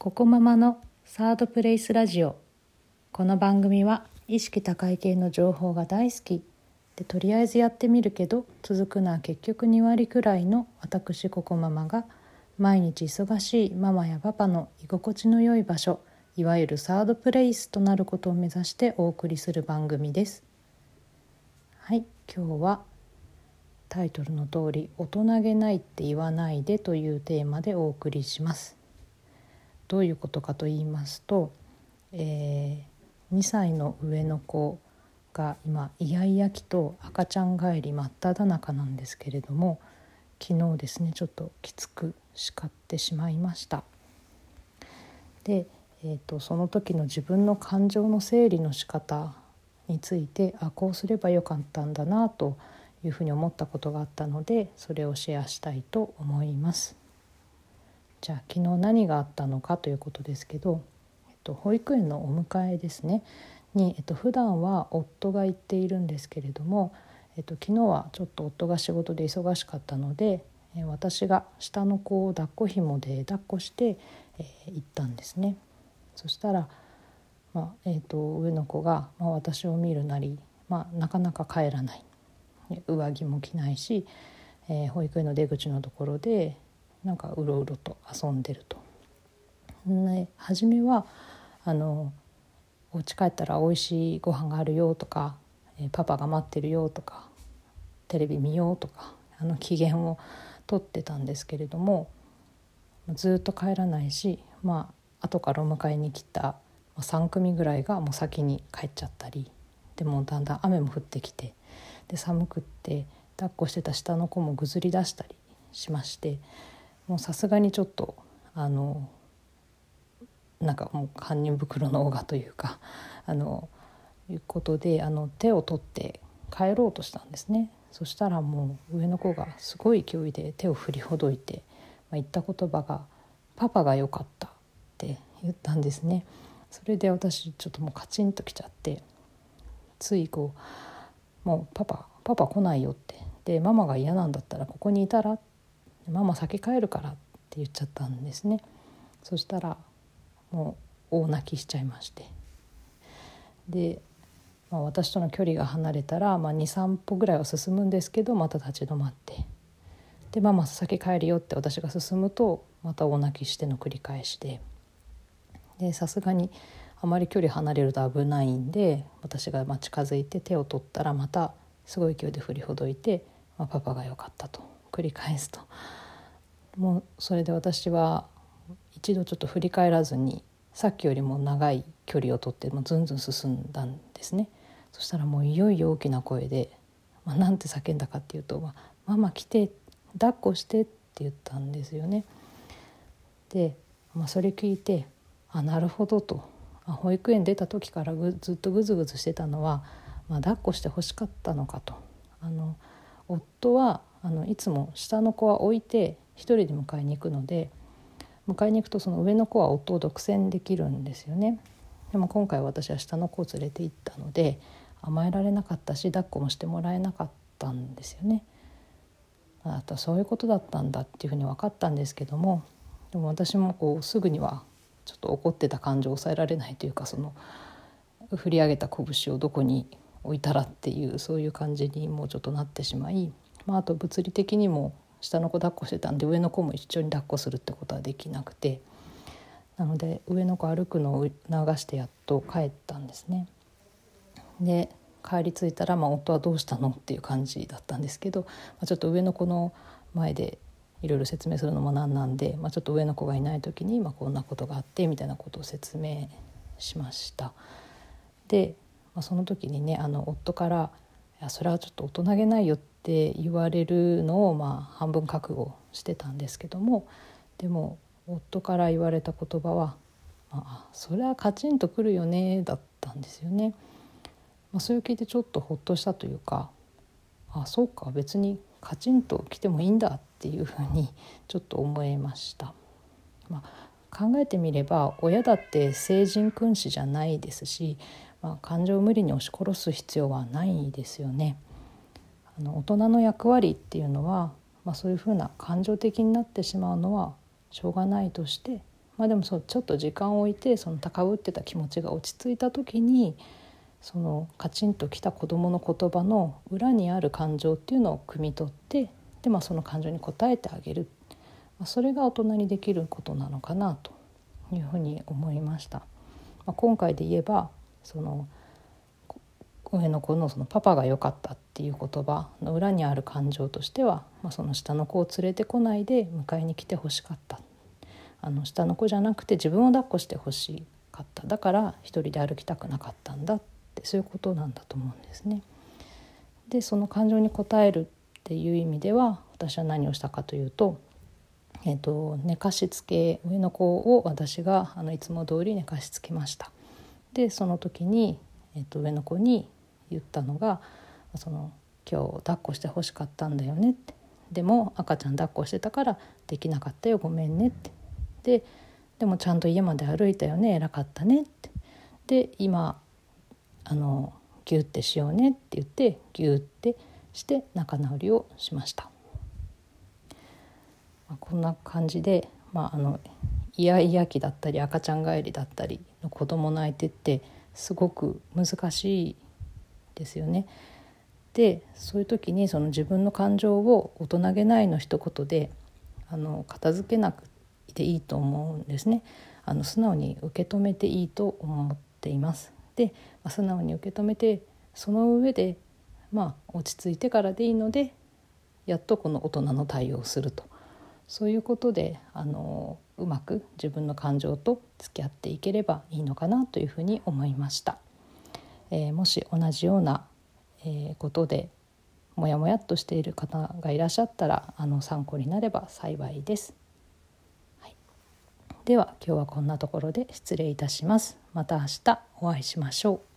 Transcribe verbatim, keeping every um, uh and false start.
ここママのサードプレイスラジオ。この番組は意識高い系の情報が大好きで、とりあえずやってみるけど続くのは結局に割くらいの私ここママが、毎日忙しいママやパパの居心地の良い場所、いわゆるサードプレイスとなることを目指してお送りする番組です。はい、今日はタイトルの通り、大人げないって言わないでというテーマでお送りします。どういうことかと言いますと、えー、にさいの上の子が今イヤイヤ期と赤ちゃん帰り真っ只中なんですけれども、昨日ですねちょっときつく叱ってしまいました。で、えーと、その時の自分の感情の整理の仕方について、あこうすればよかったんだなというふうに思ったことがあったので、それをシェアしたいと思います。じゃあ昨日何があったのかということですけど、えっと、保育園のお迎えですねに、えっと、普段は夫が行っているんですけれども、えっと、昨日はちょっと夫が仕事で忙しかったので、え私が下の子を抱っこ紐で抱っこして、えー、行ったんですね。そしたら、まあえっと、上の子が、まあ、私を見るなり、まあ、なかなか帰らない、上着も着ないし、えー、保育園の出口のところでなんかうろうろと遊んでると。ね、初めはあのお家帰ったら美味しいご飯があるよとか、えー、パパが待ってるよとか、テレビ見ようとか、あの機嫌を取ってたんですけれども、ずっと帰らないし、まあ後からお迎えに来たさん組ぐらいがもう先に帰っちゃったり、でもだんだん雨も降ってきて、で寒くって抱っこしてた下の子もぐずり出したりしまして、もうさすがにちょっとあのなんかもう堪忍袋の緒がというか、あのいうことであの手を取って帰ろうとしたんですね。そしたらもう上の子がすごい勢いで手を振りほどいて、まあ、言った言葉がパパが良かったって言ったんですね。それで私ちょっともうカチンときちゃって、ついこうもうパパパパ来ないよって、でママが嫌なんだったらここにいたら、ママ先帰るからって言っちゃったんですね。そしたらもう大泣きしちゃいまして、で、まあ、私との距離が離れたら、まあ、にさん歩ぐらいは進むんですけど、また立ち止まって、でママ先帰るよって私が進むとまた大泣きしての繰り返しで、でさすがにあまり距離離れると危ないんで、私がまあ近づいて手を取ったらまたすごい勢いで振りほどいて、まあ、パパが良かったと繰り返すと、もうそれで私は一度ちょっと振り返らずに、さっきよりも長い距離を取ってもうずんずん進んだんですね。そしたらもういよいよ大きな声で、まあ、なんて叫んだかっていうと、まあ、ママ来て抱っこしてって言ったんですよね。で、まあ、それ聞いて、あなるほどと、あ保育園出た時からぐずっとぐずぐずしてたのは、まあ、抱っこして欲しかったのかと。あの夫はあのいつも下の子は置いて一人で迎えに行くので、迎えに行くとその上の子は夫を独占できるんですよね。でも今回私は下の子を連れて行ったので甘えられなかったし、抱っこもしてもらえなかったんですよね。あとそういうことだったんだっていうふうに分かったんですけども、でも私もこうすぐにはちょっと怒ってた感情を抑えられないというか、その振り上げた拳をどこに置いたらっていう、そういう感じにもうちょっとなってしまい、まあ、あと物理的にも下の子抱っこしてたんで上の子も一緒に抱っこするってことはできなくて、なので上の子歩くのを流してやっと帰ったんですね。で帰り着いたら、まあ、夫はどうしたのっていう感じだったんですけど、まあ、ちょっと上の子の前でいろいろ説明するのもなんなんで、まあ、ちょっと上の子がいない時に、まあ、こんなことがあってみたいなことを説明しました。で、まあ、その時にねあの夫から「いやそれはちょっと大人げないよ」って言われるのを、まあ、半分覚悟してたんですけども、でも夫から言われた言葉は「まあ、それはカチンとくるよね」だったんですよね。まあ、それを聞いてちょっとほっとしたというか、あそうか別にカチンときてもいいんだっていうふうにちょっと思いました。まあ、考えてみれば親だって聖人君子じゃないですし、まあ、感情を無理に押し殺す必要はないですよね。あの大人の役割っていうのは、まあ、そういうふうな感情的になってしまうのはしょうがないとして、 まあでもそうちょっと時間を置いてその高ぶってた気持ちが落ち着いた時にそのカチンときた子どもの言葉の裏にある感情っていうのを汲み取ってで、まあ、その感情に応えてあげる、まあ、それが大人にできることなのかなというふうに思いました。まあ、今回で言えばその上の子のそのパパが良かったっていう言葉の裏にある感情としては、まあ、その下の子を連れてこないで迎えに来てほしかった、あの下の子じゃなくて自分を抱っこしてほしかった、だから一人で歩きたくなかったんだって、そういうことなんだと思うんですね。でその感情に応えるっていう意味では私は何をしたかというと、えーと、寝かしつけ上の子を私があのいつも通り寝かしつけました。でその時に、えーと、上の子に言ったのがその今日抱っこしてほしかったんだよねって、でも赤ちゃん抱っこしてたからできなかったよごめんねって、ででもちゃんと家まで歩いたよね偉かったねって、で今あのギュッてしようねって言ってギュッてして仲直りをしました。まあ、こんな感じで、まあ、あのイヤイヤ期だったり赤ちゃん帰りだったりの子供の相手ってすごく難しいですよね。でそういう時にその自分の感情を大人げないの一言であの片付けなくていいと思うんですね。あの素直に受け止めていいと思っています。で、まあ、素直に受け止めてその上で、まあ、落ち着いてからでいいのでやっとこの大人の対応をすると、そういうことであのうまく自分の感情と付き合っていければいいのかなというふうに思いました。えー、もし同じような、えー、ことでもやもやっとしている方がいらっしゃったらあの参考になれば幸いです。はい、では今日はこんなところで失礼いたします。また明日お会いしましょう。